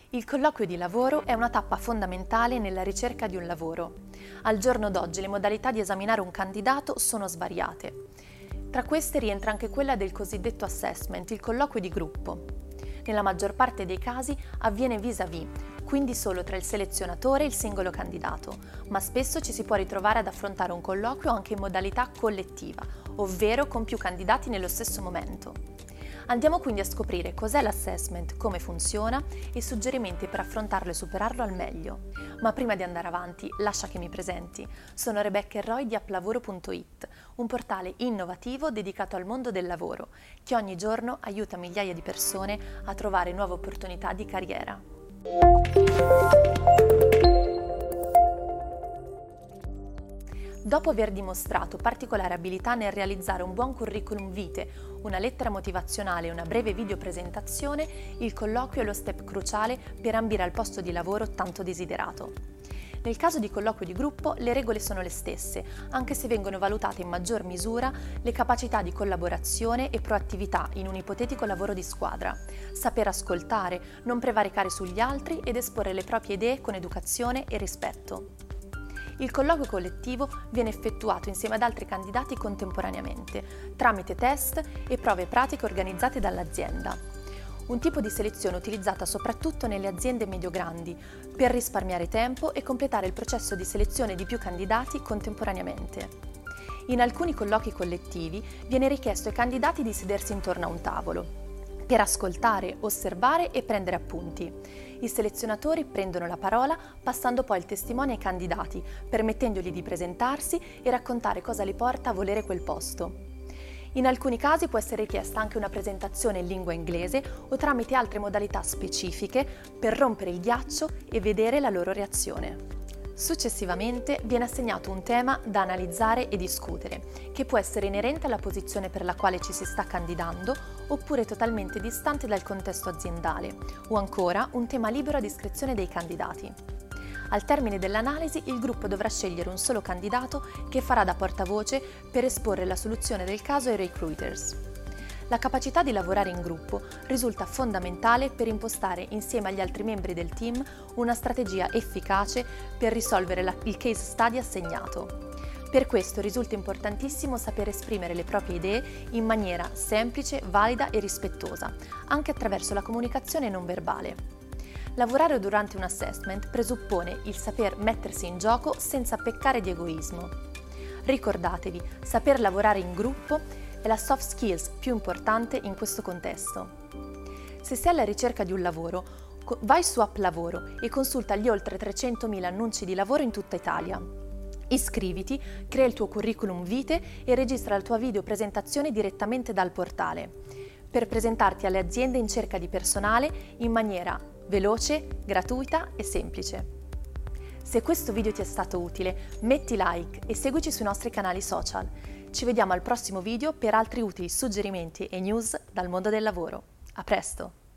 Il colloquio di lavoro è una tappa fondamentale nella ricerca di un lavoro. Al giorno d'oggi le modalità di esaminare un candidato sono svariate. Tra queste rientra anche quella del cosiddetto assessment, il colloquio di gruppo. Nella maggior parte dei casi avviene vis-à-vis, quindi solo tra il selezionatore e il singolo candidato, ma spesso ci si può ritrovare ad affrontare un colloquio anche in modalità collettiva, ovvero con più candidati nello stesso momento. Andiamo quindi a scoprire cos'è l'assessment, come funziona e suggerimenti per affrontarlo e superarlo al meglio. Ma prima di andare avanti, lascia che mi presenti. Sono Rebecca Roy di applavoro.it, un portale innovativo dedicato al mondo del lavoro, che ogni giorno aiuta migliaia di persone a trovare nuove opportunità di carriera. Dopo aver dimostrato particolare abilità nel realizzare un buon curriculum vitae, una lettera motivazionale e una breve videopresentazione, il colloquio è lo step cruciale per ambire al posto di lavoro tanto desiderato. Nel caso di colloquio di gruppo le regole sono le stesse, anche se vengono valutate in maggior misura le capacità di collaborazione e proattività in un ipotetico lavoro di squadra, saper ascoltare, non prevaricare sugli altri ed esporre le proprie idee con educazione e rispetto. Il colloquio collettivo viene effettuato insieme ad altri candidati contemporaneamente, tramite test e prove pratiche organizzate dall'azienda. Un tipo di selezione utilizzata soprattutto nelle aziende medio-grandi, per risparmiare tempo e completare il processo di selezione di più candidati contemporaneamente. In alcuni colloqui collettivi viene richiesto ai candidati di sedersi intorno a un tavolo, per ascoltare, osservare e prendere appunti. I selezionatori prendono la parola passando poi il testimone ai candidati, permettendogli di presentarsi e raccontare cosa li porta a volere quel posto. In alcuni casi può essere richiesta anche una presentazione in lingua inglese o tramite altre modalità specifiche per rompere il ghiaccio e vedere la loro reazione. Successivamente viene assegnato un tema da analizzare e discutere, che può essere inerente alla posizione per la quale ci si sta candidando oppure totalmente distante dal contesto aziendale, o ancora un tema libero a discrezione dei candidati. Al termine dell'analisi il gruppo dovrà scegliere un solo candidato che farà da portavoce per esporre la soluzione del caso ai recruiters. La capacità di lavorare in gruppo risulta fondamentale per impostare insieme agli altri membri del team una strategia efficace per risolvere il case study assegnato. Per questo risulta importantissimo saper esprimere le proprie idee in maniera semplice, valida e rispettosa, anche attraverso la comunicazione non verbale. Lavorare durante un assessment presuppone il saper mettersi in gioco senza peccare di egoismo. Ricordatevi, saper lavorare in gruppo è la soft skills più importante in questo contesto. Se sei alla ricerca di un lavoro, vai su Applavoro e consulta gli oltre 300.000 annunci di lavoro in tutta Italia. Iscriviti, crea il tuo curriculum vitae e registra la tua videopresentazione direttamente dal portale, per presentarti alle aziende in cerca di personale in maniera veloce, gratuita e semplice. Se questo video ti è stato utile, metti like e seguici sui nostri canali social. Ci vediamo al prossimo video per altri utili suggerimenti e news dal mondo del lavoro. A presto!